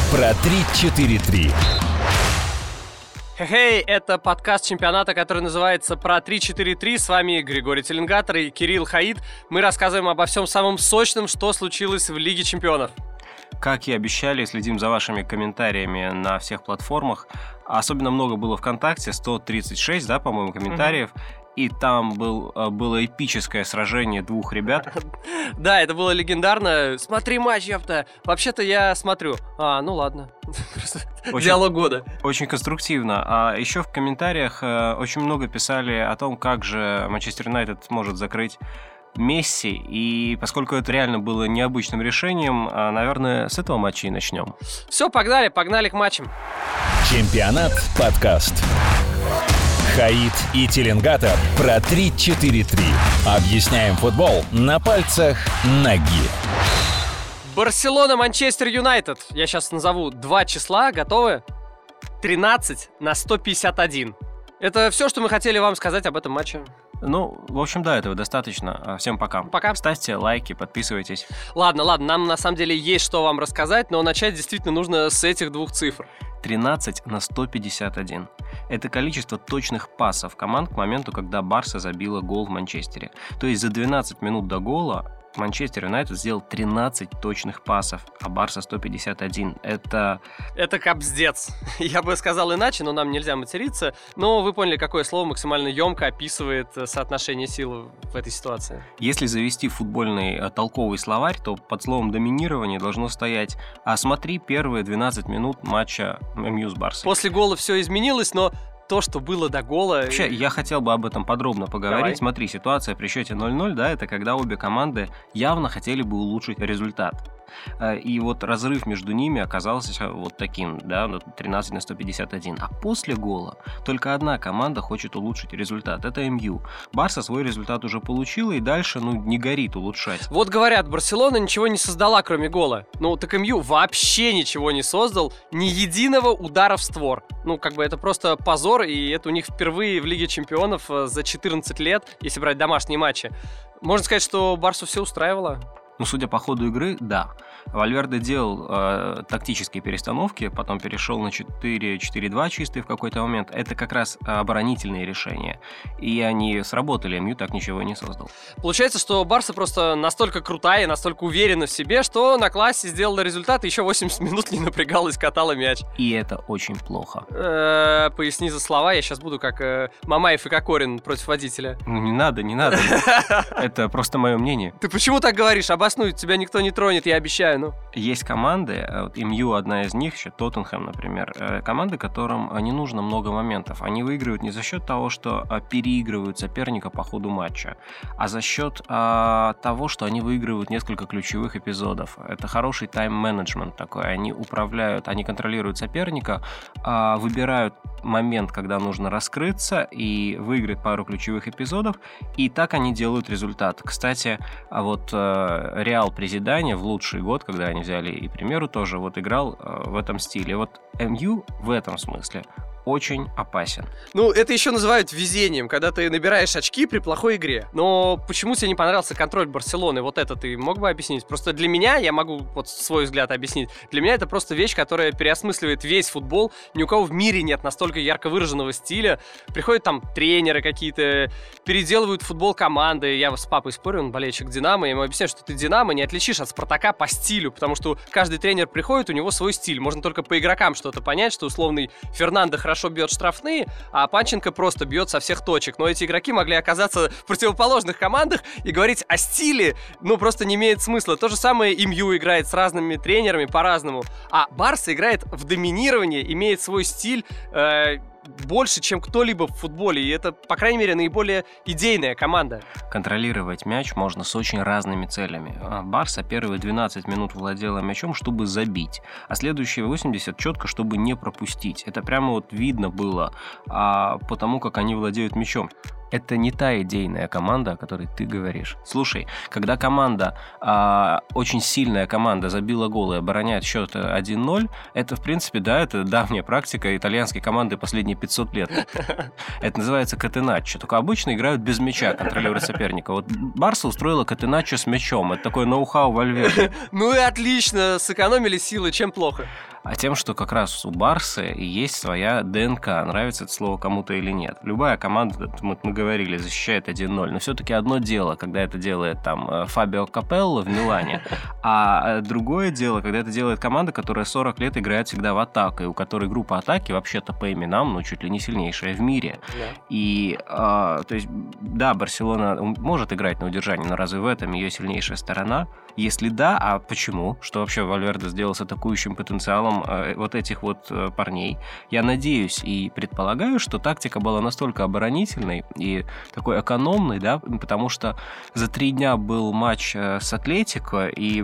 про 3-4-3. Хей, это подкаст чемпионата, который называется «Про 3-4-3». С вами Григорий Теленгатор и Кирилл Хаид. Мы рассказываем обо всем самом сочном, что случилось в Лиге чемпионов. Как и обещали, следим за вашими комментариями на всех платформах. Особенно много было ВКонтакте, 136, да, по-моему, комментариев. И там было эпическое сражение двух ребят. Да, это было легендарно. Смотри матч, ёпта. Вообще-то я смотрю. Ну ладно. Диалог года. Очень конструктивно. А еще в комментариях очень много писали о том, как же Манчестер Юнайтед может закрыть Месси. И поскольку это реально было необычным решением, наверное, с этого матча и начнем. Все, погнали к матчам. Чемпионат подкаст. Хаид и Теленгатор про 3-4-3. Объясняем футбол на пальцах ноги. Барселона, Манчестер Юнайтед. Я сейчас назову два числа. Готовы? 13/151. Это все, что мы хотели вам сказать об этом матче. Ну, в общем, да, этого достаточно. Всем пока. Пока. Ставьте лайки, подписывайтесь. Ладно, нам на самом деле есть что вам рассказать, но начать действительно нужно с этих двух цифр. 13/151. Это количество точных пасов команд к моменту, когда Барса забила гол в Манчестере. То есть за 12 минут до гола Манчестер Юнайтед сделал 13 точных пасов, а Барса 151. Это капздец. Я бы сказал иначе, но нам нельзя материться. Но вы поняли, какое слово максимально емко описывает соотношение сил в этой ситуации. Если завести футбольный толковый словарь, то под словом «доминирование» должно стоять «А смотри первые 12 минут матча МЮ с Барсой». После гола все изменилось, но то, что было до гола... Вообще, я хотел бы об этом подробно поговорить. Давай. Смотри, ситуация при счете 0-0, да, это когда обе команды явно хотели бы улучшить результат. И вот разрыв между ними оказался вот таким, да, 13/151. А после гола только одна команда хочет улучшить результат. Это МЮ. Барса свой результат уже получила и дальше, не горит улучшать. Вот говорят, Барселона ничего не создала, кроме гола. Так МЮ вообще ничего не создал, ни единого удара в створ. Это просто позор, и это у них впервые в Лиге чемпионов за 14 лет, если брать домашние матчи. Можно сказать, что Барсу все устраивало? Судя по ходу игры, да. Вальверде делал тактические перестановки, потом перешел на 4-4-2 чистый в какой-то момент. Это как раз оборонительные решения. И они сработали, МЮ так ничего и не создал. Получается, что Барса просто настолько крутая, настолько уверена в себе, что на классе сделала результат и еще 80 минут не напрягалась, катала мяч. И это очень плохо. Поясни за слова, я сейчас буду как Мамаев и Кокорин против водителя. Не надо. Это просто мое мнение. Ты почему так говоришь? Обоснуй, тебя никто не тронет, я обещаю. Есть команды, МЮ одна из них, еще Тоттенхэм, например, команды, которым не нужно много моментов. Они выигрывают не за счет того, что переигрывают соперника по ходу матча, а за счет того, что они выигрывают несколько ключевых эпизодов. Это хороший тайм-менеджмент такой. Они управляют, они контролируют соперника, выбирают момент, когда нужно раскрыться и выиграть пару ключевых эпизодов, и так они делают результат. Кстати, Реал при Зидане в лучший год, когда они взяли и Примеру тоже, играл в этом стиле. МЮ в этом смысле очень опасен. Это еще называют везением, когда ты набираешь очки при плохой игре. Но почему тебе не понравился контроль Барселоны? Вот это ты мог бы объяснить? Просто для меня, я могу свой взгляд объяснить, для меня это просто вещь, которая переосмысливает весь футбол. Ни у кого в мире нет настолько ярко выраженного стиля. Приходят там тренеры какие-то, переделывают футбол команды. Я с папой спорю, он болельщик Динамо, я ему объясняю, что ты Динамо не отличишь от Спартака по стилю, потому что каждый тренер приходит, у него свой стиль. Можно только по игрокам что-то понять, что условный Фернандо хорошо бьет штрафные, а Панченко просто бьет со всех точек. Но эти игроки могли оказаться в противоположных командах, и говорить о стиле, просто не имеет смысла. То же самое и МЮ играет с разными тренерами по-разному. А Барса играет в доминирование, имеет свой стиль, больше, чем кто-либо в футболе. И это, по крайней мере, наиболее идейная команда. Контролировать мяч можно с очень разными целями. Барса первые 12 минут владела мячом, чтобы забить, а следующие 80 четко, чтобы не пропустить. Это прямо видно было по тому, как они владеют мячом. Это не та идейная команда, о которой ты говоришь. Слушай, когда команда, очень сильная команда забила гол и обороняет счет 1-0, это, в принципе, да, это давняя практика итальянской команды последние 500 лет. Это называется катеначчо. Только обычно играют без мяча, контролируя соперника. Барса устроила катеначчо с мячом. Это такое ноу-хау Вальверде. Ну и отлично, сэкономили силы, чем плохо? а тем, что как раз у Барсы есть своя ДНК, нравится это слово кому-то или нет. Любая команда, мы говорили, защищает 1-0, но все-таки одно дело, когда это делает там Фабио Капелло в Милане, а другое дело, когда это делает команда, которая 40 лет играет всегда в атаку, и у которой группа атаки вообще-то по именам, ну, чуть ли не сильнейшая в мире. Yeah. И, то есть, да, Барселона может играть на удержании, но разве в этом ее сильнейшая сторона? Если да, а почему? Что вообще Вальверде сделал с атакующим потенциалом вот этих вот парней? Я надеюсь и предполагаю, что тактика была настолько оборонительной и такой экономной, да, потому что за 3 дня был матч с Атлетико, и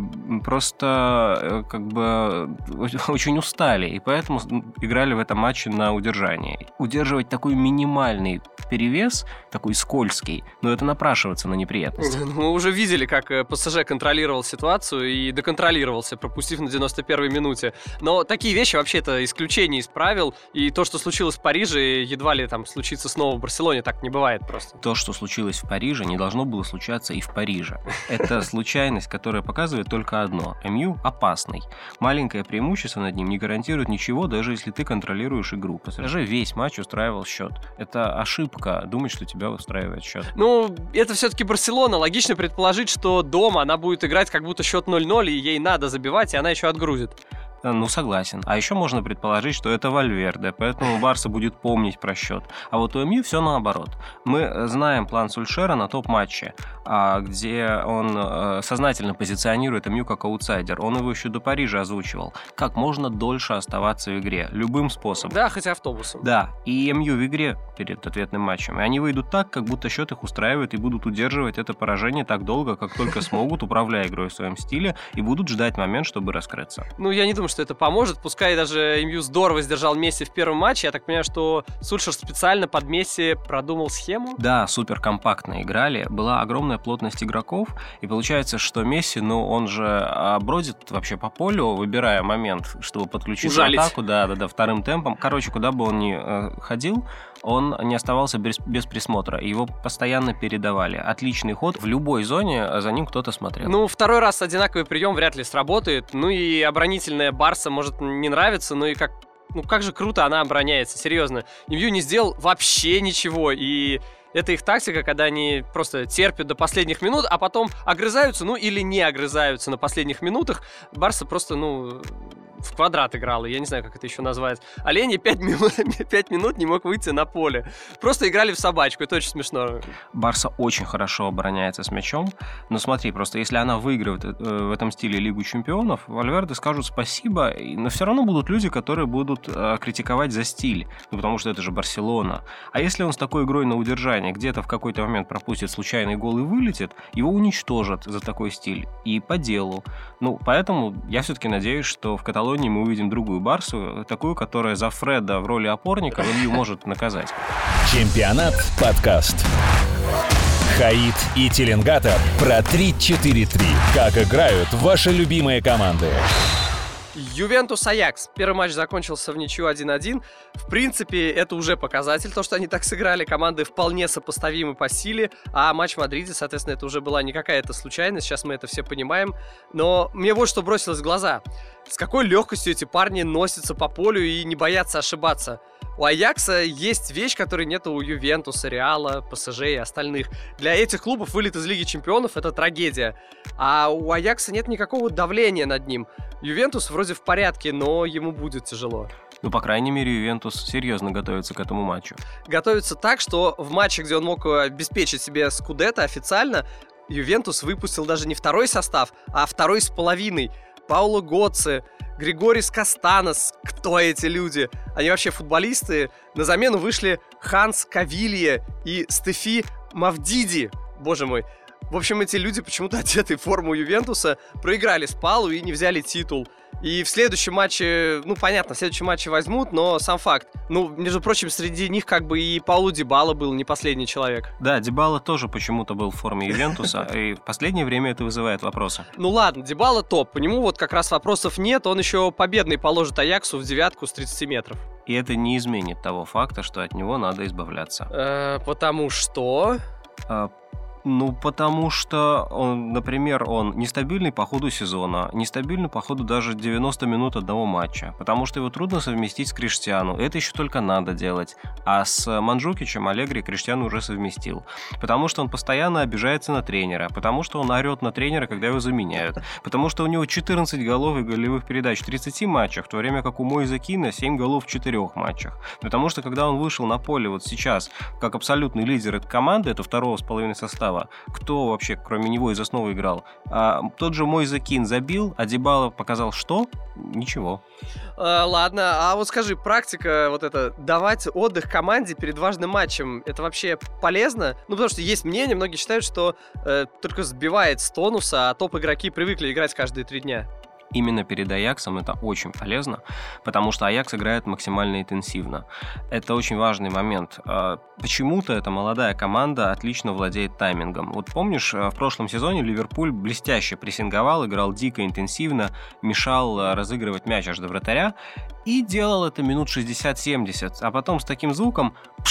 просто как бы очень устали, и поэтому играли в этом матче на удержании. Удерживать такой минимальный перевес, такой скользкий, но это напрашиваться на неприятности. Мы уже видели, как ПСЖ контролировал ситуацию и доконтролировался, пропустив на 91-й минуте. Но такие вещи вообще это исключение из правил, и то, что случилось в Париже, едва ли там случится снова в Барселоне, так не бывает просто. То, что случилось в Париже, не должно было случаться и в Париже. Это случайность, которая показывает только одно. МЮ опасный. Маленькое преимущество над ним не гарантирует ничего, даже если ты контролируешь игру. ПСЖ весь матч устраивал счет. Это ошибка думать, что тебя устраивает счет. Ну, это все-таки Барселона. Логично предположить, что дома она будет играть как будто счет 0-0, и ей надо забивать, и она еще отгрузит. Ну, согласен. А еще можно предположить, что это Вальверде, поэтому Барса будет помнить про счет. А вот у МЮ все наоборот. Мы знаем план Сульшера на топ-матче, где он сознательно позиционирует МЮ как аутсайдер. Он его еще до Парижа озвучивал. Как можно дольше оставаться в игре, любым способом. Да, хотя автобусом. Да, и МЮ в игре перед ответным матчем. И они выйдут так, как будто счет их устраивает, и будут удерживать это поражение так долго, как только смогут, управляя игрой в своем стиле, и будут ждать момент, чтобы раскрыться. Ну, я не думаю, что это поможет. Пускай даже МЮ здорово сдержал Месси в первом матче. Я так понимаю, что Сульшер специально под Месси продумал схему? Да, супер компактно играли. Была огромная плотность игроков. И получается, что Месси, ну, он же бродит вообще по полю, выбирая момент, чтобы подключиться в атаку. Да, вторым темпом. Короче, куда бы он ни ходил, он не оставался без присмотра. Его постоянно передавали. Отличный ход. В любой зоне за ним кто-то смотрел. Ну, второй раз одинаковый прием вряд ли сработает. Ну и оборонительная Барса может не нравиться, но и как же круто она обороняется, серьезно. МЮ не сделал вообще ничего, и это их тактика, когда они просто терпят до последних минут, а потом огрызаются, ну или не огрызаются на последних минутах. Барса просто, в квадрат играла, я не знаю, как это еще назвать. Олени 5 минут не мог выйти на поле. Просто играли в собачку, это очень смешно. Барса очень хорошо обороняется с мячом, но смотри, просто если она выигрывает в этом стиле Лигу Чемпионов, Вальверде скажут спасибо, но все равно будут люди, которые будут критиковать за стиль, потому что это же Барселона. А если он с такой игрой на удержание где-то в какой-то момент пропустит случайный гол и вылетит, его уничтожат за такой стиль. И по делу. Поэтому я все-таки надеюсь, что в Каталонии мы увидим другую Барсу, такую, которая за Фреда в роли опорника МЮ может наказать. Чемпионат подкаст. Хаид и Теленгатор про 3-4-3. Как играют ваши любимые команды. Ювентус-Аякс. Первый матч закончился в ничью 1-1. В принципе, это уже показатель, то, что они так сыграли. Команды вполне сопоставимы по силе. А матч в Мадриде, соответственно, это уже была не какая-то случайность. Сейчас мы это все понимаем. Но мне вот что бросилось в глаза. С какой легкостью эти парни носятся по полю и не боятся ошибаться. У Аякса есть вещь, которой нет у Ювентуса, Реала, ПСЖ и остальных. Для этих клубов вылет из Лиги Чемпионов — это трагедия. А у Аякса нет никакого давления над ним. Ювентус вроде в порядке, но ему будет тяжело. По крайней мере, Ювентус серьезно готовится к этому матчу. Готовится так, что в матче, где он мог обеспечить себе скудетто официально, Ювентус выпустил даже не второй состав, а второй с половиной. Пауло Гоцци, Григорис Костанос. Кто эти люди? Они вообще футболисты. На замену вышли Ханс Кавилье и Стефи Мавдиди. Боже мой. В общем, эти люди, почему-то одетые в форму Ювентуса, проиграли Спалу и не взяли титул. И в следующем матче, понятно, в следующем матче возьмут, но сам факт. Между прочим, среди них как бы и Пауло Дибала был не последний человек. Да, Дибала тоже почему-то был в форме Ювентуса, и в последнее время это вызывает вопросы. Ладно, Дибала топ, по нему вот как раз вопросов нет, он еще победный положит Аяксу в девятку с 30 метров. И это не изменит того факта, что от него надо избавляться. Потому что... Ну, потому что, например, он нестабильный по ходу сезона, нестабильный по ходу даже 90 минут одного матча, потому что его трудно совместить с Криштиану, это еще только надо делать, а с Манджукичем Аллегри Криштиану уже совместил, потому что он постоянно обижается на тренера, потому что он орет на тренера, когда его заменяют, потому что у него 14 голов и голевых передач в 30 матчах, в то время как у Мойзе Кина 7 голов в 4 матчах, потому что когда он вышел на поле вот сейчас, как абсолютный лидер этой команды, это второго с половиной состава, кто вообще кроме него из основы играл? Тот же Мойзе Кин забил, а Дибала показал что? Ничего. Ладно, а вот скажи, практика вот это, давать отдых команде перед важным матчем, это вообще полезно? Ну, потому что есть мнение, многие считают, что только сбивает с тонуса, а топ-игроки привыкли играть каждые 3 дня. Именно перед Аяксом это очень полезно, потому что Аякс играет максимально интенсивно. Это очень важный момент. Почему-то эта молодая команда отлично владеет таймингом. Вот помнишь, в прошлом сезоне Ливерпуль блестяще прессинговал, играл дико интенсивно, мешал разыгрывать мяч аж до вратаря и делал это минут 60-70, а потом с таким звуком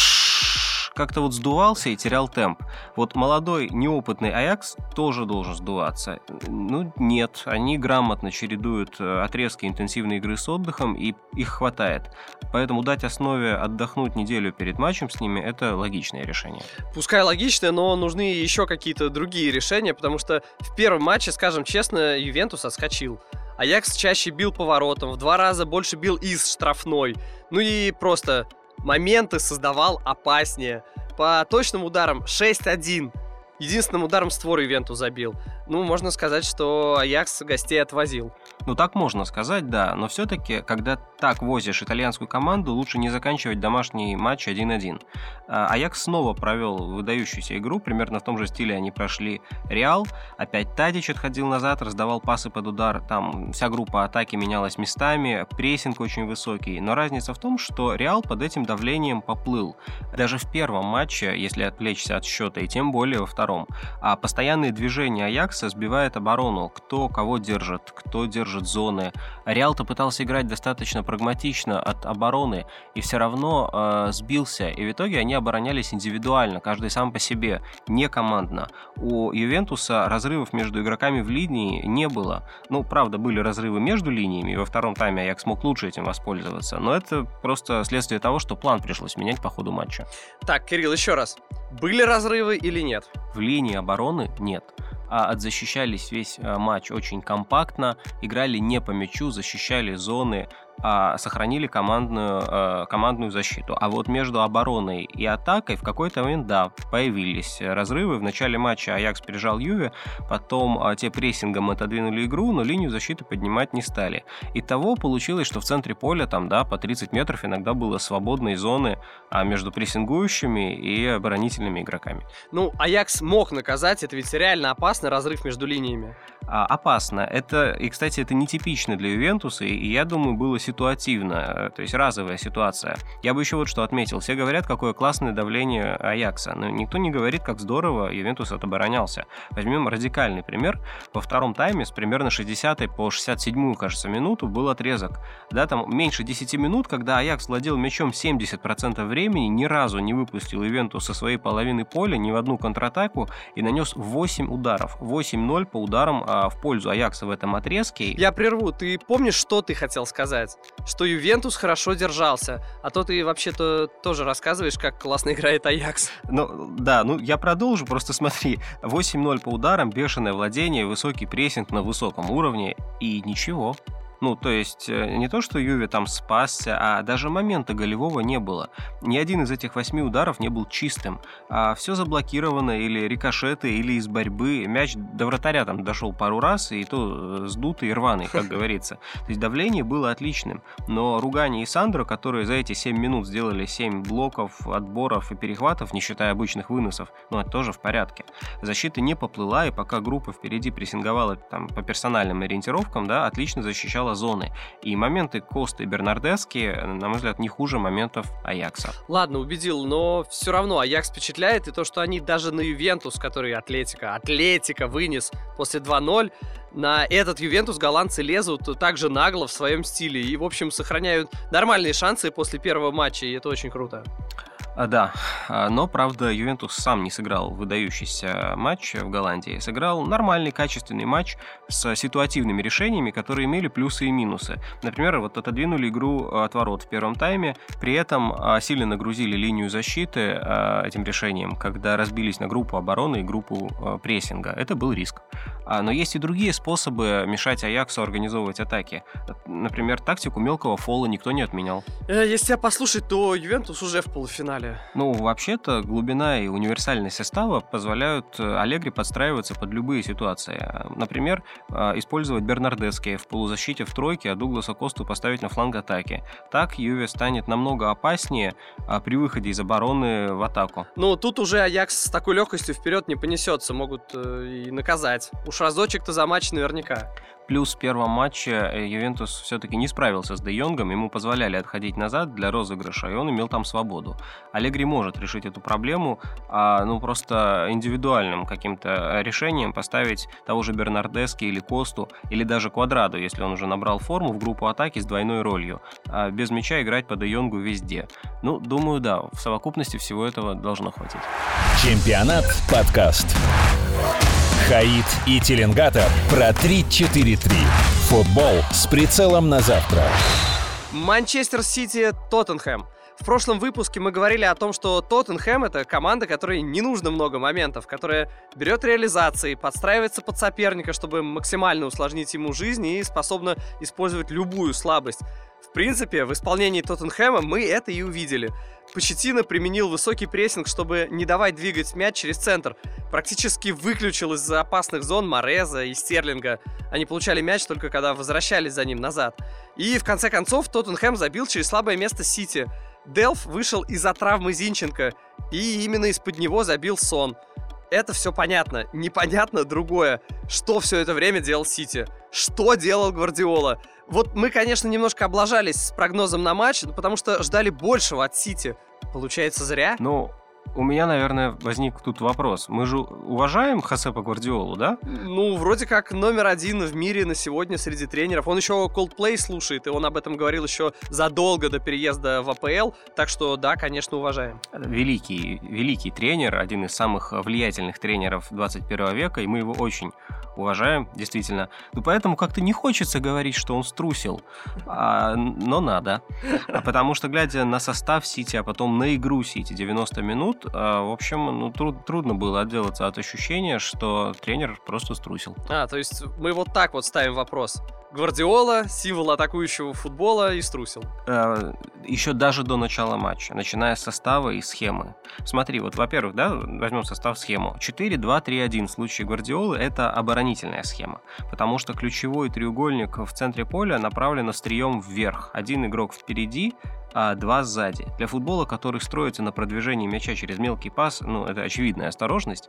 как-то вот сдувался и терял темп. Вот молодой, неопытный Аякс тоже должен сдуваться. Ну, нет, они грамотно чередуют отрезки интенсивной игры с отдыхом, и их хватает. Поэтому дать основе отдохнуть неделю перед матчем с ними – это логичное решение. Пускай логичное, но нужны еще какие-то другие решения, потому что в первом матче, скажем честно, Ювентус отскочил. Аякс чаще бил по воротам, в 2 раза больше бил из штрафной. Ну и просто моменты создавал опаснее. По точным ударам 6-1. Единственным ударом створ Ювентус забил. Ну, можно сказать, что Аякс гостей отвозил. Ну, так можно сказать, да. Но все-таки, когда так возишь итальянскую команду, лучше не заканчивать домашний матч 1-1. Аякс снова провел выдающуюся игру. Примерно в том же стиле они прошли Реал. Опять Тадич отходил назад, раздавал пасы под удар. Там вся группа атаки менялась местами. Прессинг очень высокий. Но разница в том, что Реал под этим давлением поплыл. Даже в первом матче, если отвлечься от счета, и тем более во втором. А постоянные движения Аякса сбивают оборону. Кто кого держит, кто держит зоны. Реал-то пытался играть достаточно прагматично от обороны и все равно сбился. И в итоге они оборонялись индивидуально, каждый сам по себе, не командно. У Ювентуса разрывов между игроками в линии не было. Ну, правда, были разрывы между линиями, и во втором тайме Аякс смог лучше этим воспользоваться. Но это просто следствие того, что план пришлось менять по ходу матча. Так, Кирилл, еще раз. Были разрывы или нет? В линии обороны нет. А отзащищались весь матч очень компактно, играли не по мячу, защищали зоны, сохранили командную защиту. А вот между обороной и атакой в какой-то момент, да, появились разрывы. В начале матча Аякс пережал Юве, потом те прессингом отодвинули игру, но линию защиты поднимать не стали. Итого получилось, что в центре поля там, да, по 30 метров иногда было свободной зоны между прессингующими и оборонительными игроками. Ну, Аякс мог наказать, это ведь реально опасно, разрыв между линиями. Опасно. И, кстати, это нетипично для Ювентуса, и я думаю, было ситуативно, то есть разовая ситуация. Я бы еще вот что отметил. Все говорят, какое классное давление Аякса, но никто не говорит, как здорово Ювентус отоборонялся. Возьмем радикальный пример. Во втором тайме с примерно 60-й по 67-ю, кажется, минуту был отрезок. Да, там меньше 10 минут, когда Аякс владел мячом 70% времени, ни разу не выпустил Ювентус со своей половины поля ни в одну контратаку и нанес 8 ударов. 8-0 по ударам в пользу Аякса в этом отрезке. Я прерву. Ты помнишь, что ты хотел сказать? Что Ювентус хорошо держался. А то ты вообще-то тоже рассказываешь, как классно играет Аякс. Ну, да, я продолжу. Просто смотри. 8-0 по ударам, бешеное владение, высокий прессинг на высоком уровне и ничего. Ну, то есть, не то, что Юве там спасся, а даже момента голевого не было. Ни один из этих 8 ударов не был чистым. Все заблокировано или рикошеты, или из борьбы. Мяч до вратаря там дошел пару раз, и то сдутый и рваный, как говорится. То есть, давление было отличным. Но Ругани и Сандро, которые за эти 7 минут сделали 7 блоков, отборов и перехватов, не считая обычных выносов, это тоже в порядке. Защита не поплыла, и пока группа впереди прессинговала там, по персональным ориентировкам, да, отлично защищала зоны. И моменты Коста и Бернардески, на мой взгляд, не хуже моментов Аякса. Ладно, убедил, но все равно Аякс впечатляет, и то, что они даже на Ювентус, который Атлетико вынес после 2-0, на этот Ювентус голландцы лезут так же нагло в своем стиле и, в общем, сохраняют нормальные шансы после первого матча, и это очень круто. Да, но, правда, Ювентус сам не сыграл выдающийся матч в Голландии. Сыграл нормальный, качественный матч с ситуативными решениями, которые имели плюсы и минусы. Например, вот отодвинули игру от ворот в первом тайме, при этом сильно нагрузили линию защиты этим решением, когда разбились на группу обороны и группу прессинга. Это был риск. Но есть и другие способы мешать Аяксу организовывать атаки. Например, тактику мелкого фола никто не отменял. Если тебя послушать, то Ювентус уже в полуфинале. Ну, вообще-то, глубина и универсальность состава позволяют Аллегри подстраиваться под любые ситуации. Например, использовать Бернардески в полузащите в тройке, а Дугласа Косту поставить на фланг атаки. Так Юве станет намного опаснее при выходе из обороны в атаку. Ну, тут уже Аякс с такой легкостью вперед не понесется, могут и наказать. Уж разочек-то за матч наверняка. Плюс в первом матче Ювентус все-таки не справился с Де Йонгом, ему позволяли отходить назад для розыгрыша, и он имел там свободу. Аллегри может решить эту проблему, просто индивидуальным каким-то решением поставить того же Бернардески или Косту, или даже Квадрадо, если он уже набрал форму, в группу атаки с двойной ролью, а без мяча играть по Де Йонгу везде. Ну, думаю, да, в совокупности всего этого должно хватить. Чемпионат подкаст. Хаид и Теленгатор про 3-4-3. Футбол с прицелом на завтра. Манчестер Сити, Тоттенхэм. В прошлом выпуске мы говорили о том, что Тоттенхэм — это команда, которой не нужно много моментов, которая берет реализации, подстраивается под соперника, чтобы максимально усложнить ему жизнь и способна использовать любую слабость. В принципе, в исполнении Тоттенхэма мы это и увидели. Почеттино применил высокий прессинг, чтобы не давать двигать мяч через центр. Практически выключил из-за опасных зон Мореза и Стерлинга. Они получали мяч только когда возвращались за ним назад. И в конце концов Тоттенхэм забил через слабое место Сити. Делф вышел из-за травмы Зинченко, и именно из-под него забил Сон. Это все понятно. Непонятно другое. Что все это время делал Сити? Что делал Гвардиола? Вот мы, конечно, немножко облажались с прогнозом на матч, потому что ждали большего от Сити. Получается, зря? Ну, у меня, наверное, возник тут вопрос. Мы же уважаем Хосепа Гвардиолу, да? Ну, вроде как номер один в мире на сегодня среди тренеров. Он еще Coldplay слушает, и он об этом говорил еще задолго до переезда в АПЛ. Так что, да, конечно, уважаем. Великий тренер, один из самых влиятельных тренеров 21 века, и мы его очень уважаем, действительно. Ну, поэтому как-то не хочется говорить, что он струсил, но надо. Потому что, глядя на состав Сити, а потом на игру Сити 90 минут, в общем, трудно было отделаться от ощущения, что тренер просто струсил. То есть мы вот так вот ставим вопрос. Гвардиола, символ атакующего футбола, и струсил. Еще даже до начала матча, начиная с состава и схемы. Смотри, вот, во-первых, да, возьмем состав-схему. 4-2-3-1 в случае Гвардиолы — это оборонительная схема, потому что ключевой треугольник в центре поля направлен острием вверх. Один игрок впереди, а два сзади. Для футбола, который строится на продвижении мяча через мелкий пас, это очевидная осторожность.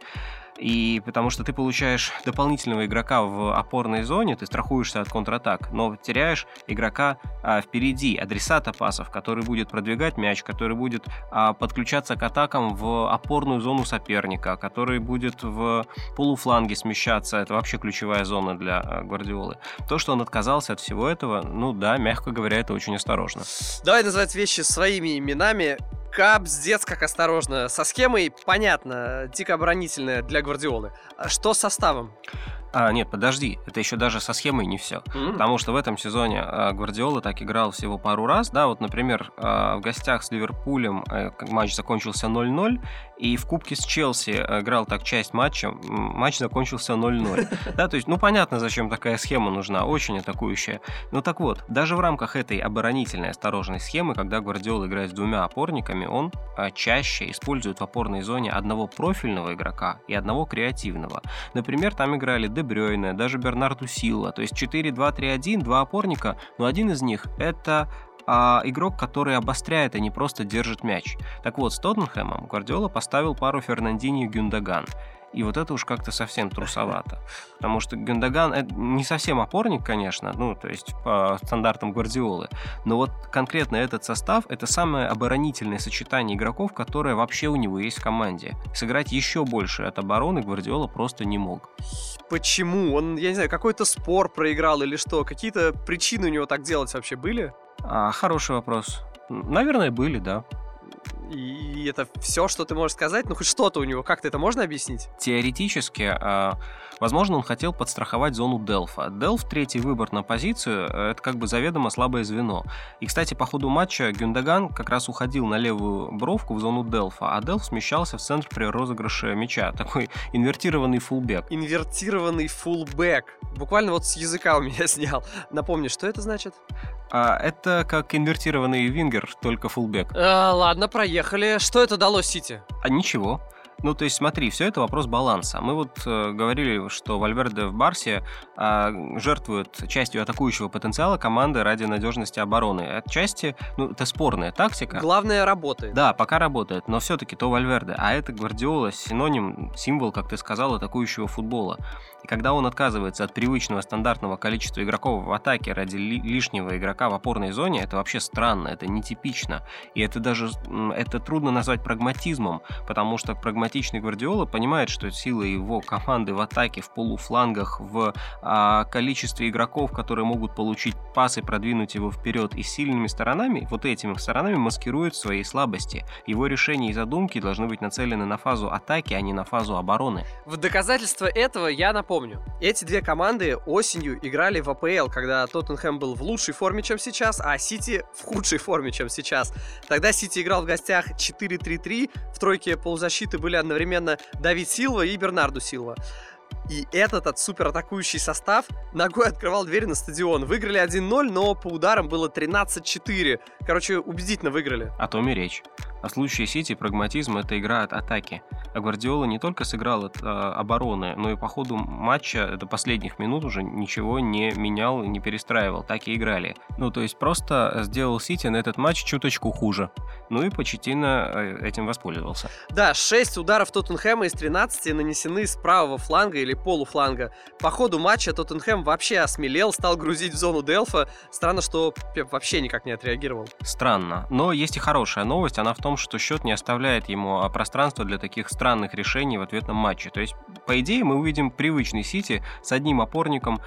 И потому что ты получаешь дополнительного игрока в опорной зоне, ты страхуешься от контратак, но теряешь игрока впереди, адресата пасов, который будет продвигать мяч, который будет подключаться к атакам в опорную зону соперника, который будет в полуфланге смещаться. Это вообще ключевая зона для Гвардиолы. То, что он отказался от всего этого, мягко говоря, это очень осторожно. Давай называть вещи своими именами. Капздец, как осторожно. Со схемой понятно, дико оборонительная для Гвардиолы. А что с составом? Нет, подожди, это еще даже со схемой не все. Потому что в этом сезоне Гвардиола так играл всего пару раз. Да, вот, например, в гостях с Ливерпулем матч закончился 0-0, и в Кубке с Челси играл так часть матча, матч закончился 0-0. Да, то есть, понятно, зачем такая схема нужна, очень атакующая. Так вот, даже в рамках этой оборонительной осторожной схемы, когда Гвардиола играет с двумя опорниками, он чаще использует в опорной зоне одного профильного игрока и одного креативного. Например, там играли Де Брёйне, даже Бернарду Силва. То есть 4-2-3-1, два опорника, но один из них — это игрок, который обостряет, а не просто держит мяч. Так вот, с Тоттенхэмом Гвардиола поставил пару Фернандиньо и Гюндоган. И вот это уж как-то совсем трусовато. Потому что Гюндоган — это не совсем опорник, конечно, то есть по стандартам Гвардиолы. Но вот конкретно этот состав — это самое оборонительное сочетание игроков, которое вообще у него есть в команде. Сыграть еще больше от обороны Гвардиола просто не мог. Почему? Он, я не знаю, какой-то спор проиграл или что? Какие-то причины у него так делать вообще были? Хороший вопрос. Наверное, были, да. И это все, что ты можешь сказать? Ну, хоть что-то у него. Как-то это можно объяснить? Теоретически, возможно, он хотел подстраховать зону Делфа. Делф, третий выбор на позицию, это как бы заведомо слабое звено. И, кстати, по ходу матча Гюндоган как раз уходил на левую бровку в зону Делфа, а Делф смещался в центр при розыгрыше мяча. Такой инвертированный фулбэк. Инвертированный фулбэк. Буквально вот с языка у меня снял. Напомни, что это значит? Это как инвертированный вингер, только фулбэк. Ладно, проехали. Что это дало Сити? Ничего. Ну, то есть, смотри, все это вопрос баланса. Мы вот говорили, что Вальверде в Барсе жертвует частью атакующего потенциала команды ради надежности обороны. Отчасти, это спорная тактика. Главное, работает. Да, пока работает, но все-таки то Вальверде. А это Гвардиола, синоним, символ, как ты сказал, атакующего футбола. И когда он отказывается от привычного стандартного количества игроков в атаке ради лишнего игрока в опорной зоне, это вообще странно, это нетипично. И это трудно назвать прагматизмом, потому что прагматичный Гвардиола понимает, что сила его команды в атаке, в полуфлангах, в количестве игроков, которые могут получить пас и продвинуть его вперед, и сильными сторонами, вот этими сторонами маскирует свои слабости. Его решения и задумки должны быть нацелены на фазу атаки, а не на фазу обороны. В доказательство этого я напомню. Эти две команды осенью играли в АПЛ, когда Тоттенхэм был в лучшей форме, чем сейчас, а Сити в худшей форме, чем сейчас. Тогда Сити играл в гостях 4-3-3, в тройке полузащиты были одновременно Давид Силва и Бернарду Силва. И этот суператакующий состав ногой открывал дверь на стадион. Выиграли 1-0, но по ударам было 13-4. Короче, убедительно выиграли. О том и речь. А в случае Сити прагматизм — это игра от атаки. А Гвардиола не только сыграл от обороны, но и по ходу матча до последних минут уже ничего не менял, не перестраивал. Так и играли. То есть просто сделал Сити на этот матч чуточку хуже. И Почеттино этим воспользовался. Да, 6 ударов Тоттенхэма из 13 нанесены с правого фланга или полуфланга. По ходу матча Тоттенхэм вообще осмелел, стал грузить в зону Делфа. Странно, что Пеп вообще никак не отреагировал. Странно. Но есть и хорошая новость. Она в том, что счет не оставляет ему пространства для таких странных решений в ответном матче. То есть, по идее, мы увидим привычный Сити с одним опорником,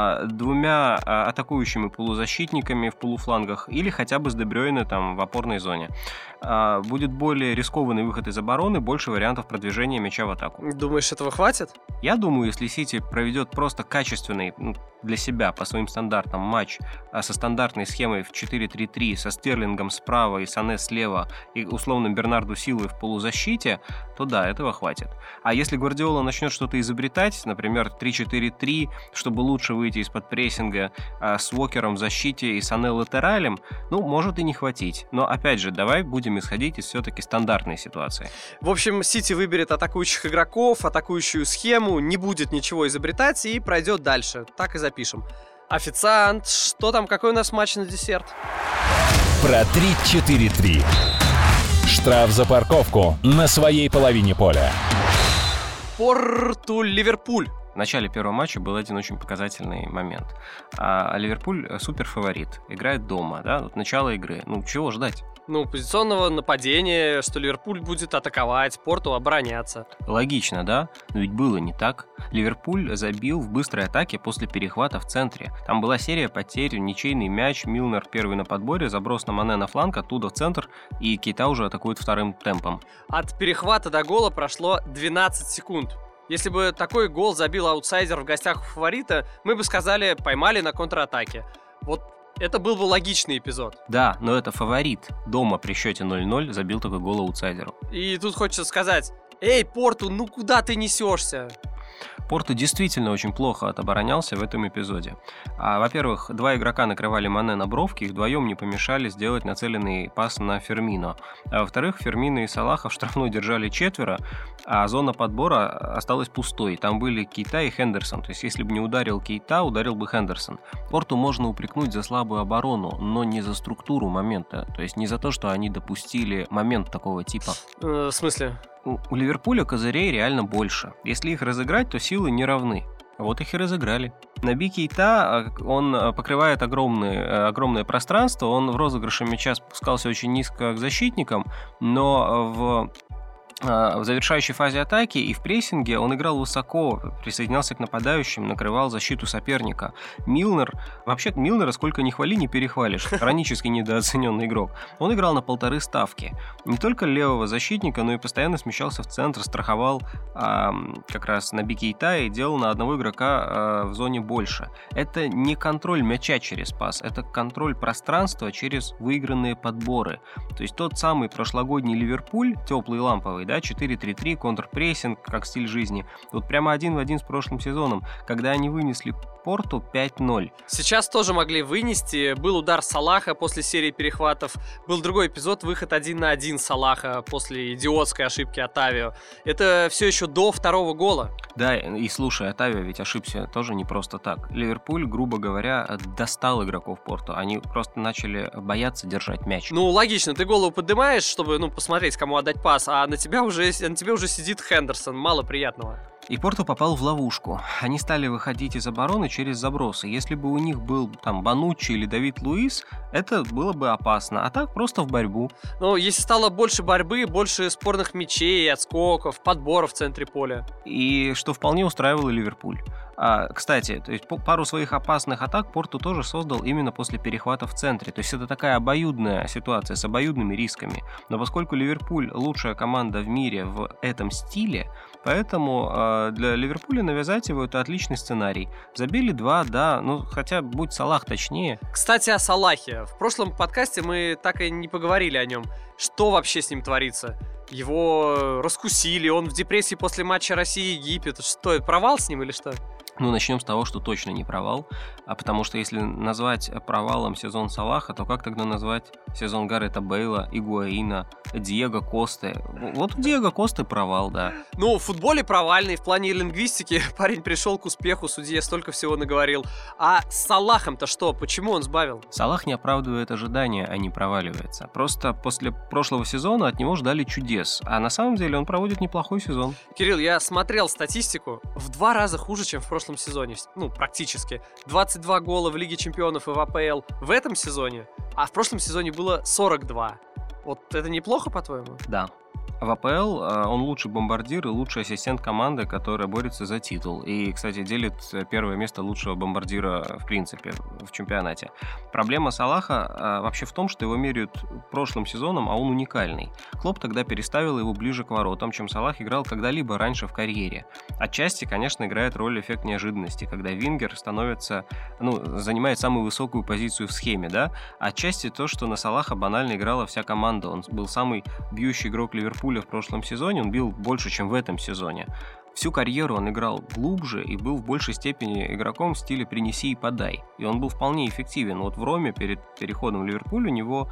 двумя атакующими полузащитниками в полуфлангах или хотя бы с Де Брёйне там в опорной зоне. Будет более рискованный выход из обороны, больше вариантов продвижения мяча в атаку. Думаешь, этого хватит? Я думаю, если Сити проведет просто качественный для себя по своим стандартам матч со стандартной схемой в 4-3-3, со Стерлингом справа и Сане слева, и условным Бернарду Силвой в полузащите, то да, этого хватит. А если Гвардиола начнет что-то изобретать, например, 3-4-3, чтобы лучше выйти из-под прессинга с Уокером в защите и Сане латералем, может и не хватить. Но опять же, давай будем исходить из все-таки стандартной ситуации. В общем, Сити выберет атакующих игроков, атакующую схему, не будет ничего изобретать и пройдет дальше. Так и запишем. Официант, что там, какой у нас матч на десерт? Про 3-4-3. Штраф за парковку на своей половине поля. Порту-Ливерпуль. В начале первого матча был один очень показательный момент. Ливерпуль суперфаворит, играет дома, да, вот начало игры. Чего ждать? Позиционного нападения, что Ливерпуль будет атаковать, Порту обороняться. Логично, да? Но ведь было не так. Ливерпуль забил в быстрой атаке после перехвата в центре. Там была серия потерь, ничейный мяч, Милнер первый на подборе, заброс на Мане на фланг, оттуда в центр, и Кейта уже атакует вторым темпом. От перехвата до гола прошло 12 секунд. Если бы такой гол забил аутсайдер в гостях у фаворита, мы бы сказали, поймали на контратаке. Вот это был бы логичный эпизод. Да, но это фаворит. Дома при счете 0-0 забил такой гол аутсайдеру. И тут хочется сказать: эй, Порту, куда ты несешься? Порту действительно очень плохо отоборонялся в этом эпизоде. Во-первых, два игрока накрывали Мане на бровке, и вдвоем не помешали сделать нацеленный пас на Фермино. А во-вторых, Фермино и Салаха в штрафной держали четверо, а зона подбора осталась пустой. Там были Кейта и Хендерсон. То есть, если бы не ударил Кейта, ударил бы Хендерсон. Порту можно упрекнуть за слабую оборону, но не за структуру момента. То есть, не за то, что они допустили момент такого типа. В смысле? У Ливерпуля козырей реально больше. Если их разыграть, то силы не равны. Вот их и разыграли. Наби Кейта, он покрывает огромное пространство, он в розыгрыше мяча спускался очень низко к защитникам, но в в завершающей фазе атаки и в прессинге он играл высоко, присоединялся к нападающим, накрывал защиту соперника. Вообще Милнера сколько ни хвали, не перехвалишь, хронически недооцененный игрок. Он играл на 1,5 ставки. Не только левого защитника, но и постоянно смещался в центр, страховал как раз на Кейта и делал на одного игрока в зоне больше. Это не контроль мяча через пас, это контроль пространства через выигранные подборы. То есть тот самый прошлогодний Ливерпуль, теплый и ламповый, да, 4-3-3, контрпрессинг, как стиль жизни. Вот прямо один в один с прошлым сезоном, когда они вынесли Порту 5-0. Сейчас тоже могли вынести. Был удар Салаха после серии перехватов. Был другой эпизод, выход 1 на 1 Салаха после идиотской ошибки Отавио. Это все еще до второго гола. Да, и слушай, Отавио ведь ошибся тоже не просто так. Ливерпуль, грубо говоря, достал игроков Порту. Они просто начали бояться держать мяч. Ну, логично, ты голову поднимаешь, чтобы, посмотреть, кому отдать пас, а на тебе уже сидит Хендерсон. Мало приятного. И Порту попал в ловушку. Они стали выходить из обороны через забросы. Если бы у них был там Бануччи или Давид Луис, это было бы опасно. А так просто в борьбу. Но если стало больше борьбы, больше спорных мячей, отскоков, подборов в центре поля. И что вполне устраивало Ливерпуль. Кстати, то есть пару своих опасных атак Порту тоже создал именно после перехвата в центре. То есть это такая обоюдная ситуация с обоюдными рисками. Но поскольку Ливерпуль лучшая команда в мире в этом стиле, поэтому для Ливерпуля навязать его это отличный сценарий. Забили 2, да, хотя будь Салах точнее. Кстати, о Салахе. В прошлом подкасте мы так и не поговорили о нем. Что вообще с ним творится? Его раскусили, он в депрессии после матча России-Египет. Что, это провал с ним или что? Начнем с того, что точно не провал, потому что если назвать провалом сезон Салаха, то как тогда назвать сезон Гарета Бейла, Игуаина, Диего Косты? Вот у Диего Косты провал, да. В футболе провальный, в плане лингвистики парень пришел к успеху, судья столько всего наговорил. А с Салахом-то что? Почему он сбавил? Салах не оправдывает ожидания, а не проваливается. Просто после прошлого сезона от него ждали чудес, а на самом деле он проводит неплохой сезон. Кирилл, я смотрел статистику, в 2 раза хуже, чем в прошлом сезоне, практически. 22 гола в Лиге Чемпионов и в АПЛ в этом сезоне, а в прошлом сезоне было 42. Вот это неплохо, по-твоему? Да. В АПЛ он лучший бомбардир и лучший ассистент команды, которая борется за титул. И, кстати, делит первое место лучшего бомбардира в принципе в чемпионате. Проблема Салаха вообще в том, что его меряют прошлым сезоном, а он уникальный. Клоп тогда переставил его ближе к воротам, чем Салах играл когда-либо раньше в карьере. Отчасти, конечно, играет роль эффект неожиданности, когда вингер занимает самую высокую позицию в схеме, да? Отчасти то, что на Салаха банально играла вся команда. Он был самый бьющий игрок Ливерпуля в прошлом сезоне, он бил больше, чем в этом сезоне. Всю карьеру он играл глубже и был в большей степени игроком в стиле «принеси и подай». И он был вполне эффективен. Вот в Роме перед переходом в Ливерпуль у него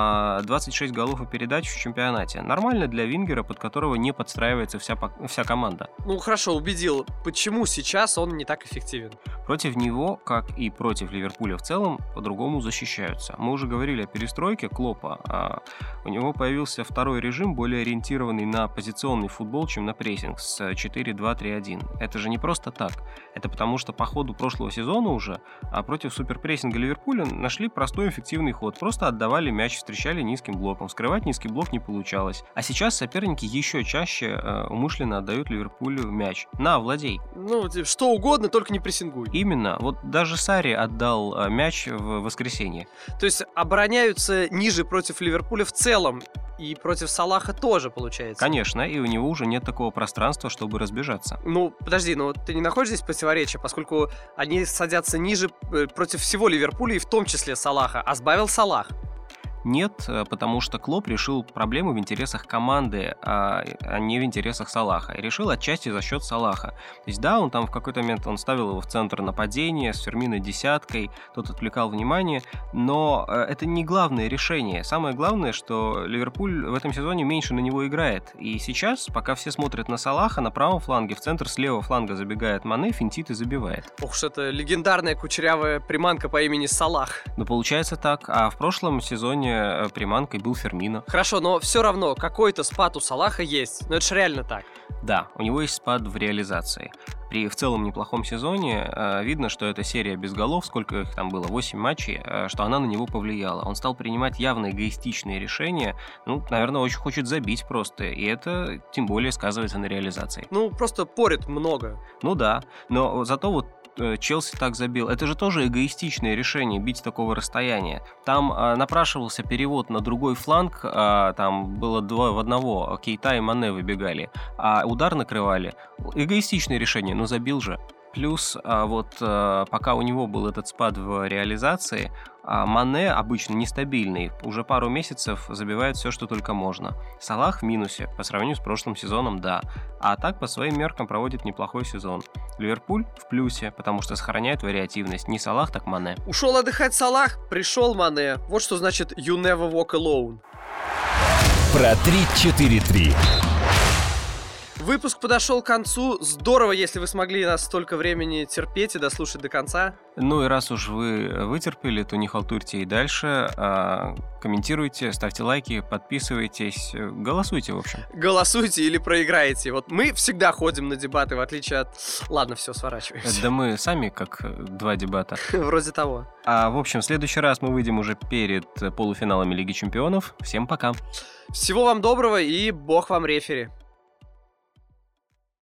26 голов и передач в чемпионате. Нормально для вингера, под которого не подстраивается вся команда. Хорошо, убедил. Почему сейчас он не так эффективен? Против него, как и против Ливерпуля в целом, по-другому защищаются. Мы уже говорили о перестройке Клопа. У него появился второй режим, более ориентированный на позиционный футбол, чем на прессинг с 4-2-3-1. Это же не просто так. Это потому, что по ходу прошлого сезона уже против суперпрессинга Ливерпуля нашли простой эффективный ход. Просто отдавали мяч, встречали низким блоком. Скрывать низкий блок не получалось. А сейчас соперники еще чаще умышленно отдают Ливерпулю мяч. На, владей. Что угодно, только не прессингуй. Именно. Вот даже Сарри отдал мяч в воскресенье. То есть обороняются ниже против Ливерпуля в целом. И против Салаха тоже, получается. Конечно, и у него уже нет такого пространства, чтобы разбежаться. Подожди, ты не находишь здесь противоречия, поскольку они садятся ниже против всего Ливерпуля, и в том числе Салаха, а сбавил Салах. Нет, потому что Клоп решил проблему в интересах команды, а не в интересах Салаха. И решил отчасти за счет Салаха. То есть да, он там в какой-то момент он ставил его в центр нападения с Фермино десяткой, тот отвлекал внимание, но это не главное решение. Самое главное, что Ливерпуль в этом сезоне меньше на него играет. И сейчас, пока все смотрят на Салаха, на правом фланге, в центр с левого фланга забегает Мане, финтит и забивает. Ох уж это легендарная кучерявая приманка по имени Салах. Получается так, а в прошлом сезоне приманкой был Фермино. Хорошо, но все равно какой-то спад у Салаха есть. Но это же реально так. Да, у него есть спад в реализации. при в целом неплохом сезоне видно, что эта серия без голов, сколько их там было, 8 матчей, что она на него повлияла. Он стал принимать явно эгоистичные решения, наверное, очень хочет забить просто, и это тем более сказывается на реализации. Просто порит много. Да, но зато вот Челси так забил. Это же тоже эгоистичное решение бить с такого расстояния. Там напрашивался перевод на другой фланг, там было 2 в 1, Кейта и Мане выбегали, а удар накрывали. Эгоистичное решение, но забил же. Плюс пока у него был этот спад в реализации, Мане, обычно нестабильный, уже пару месяцев забивает все, что только можно. Салах в минусе, по сравнению с прошлым сезоном, да. А так, по своим меркам, проводит неплохой сезон. Ливерпуль в плюсе, потому что сохраняет вариативность. Не Салах, так Мане. Ушел отдыхать Салах, пришел Мане. Вот что значит «You never walk alone». Про 3-4-3. Выпуск подошел к концу. Здорово, если вы смогли нас столько времени терпеть и дослушать до конца. И раз уж вы вытерпели, то не халтурьте и дальше. Комментируйте, ставьте лайки, подписывайтесь, голосуйте, в общем. Голосуйте или проиграете. Вот мы всегда ходим на дебаты, в отличие от... Ладно, все, сворачиваемся. Да мы сами как 2 дебата. Вроде того. В общем, в следующий раз мы выйдем уже перед полуфиналами Лиги Чемпионов. Всем пока. Всего вам доброго и бог вам рефери.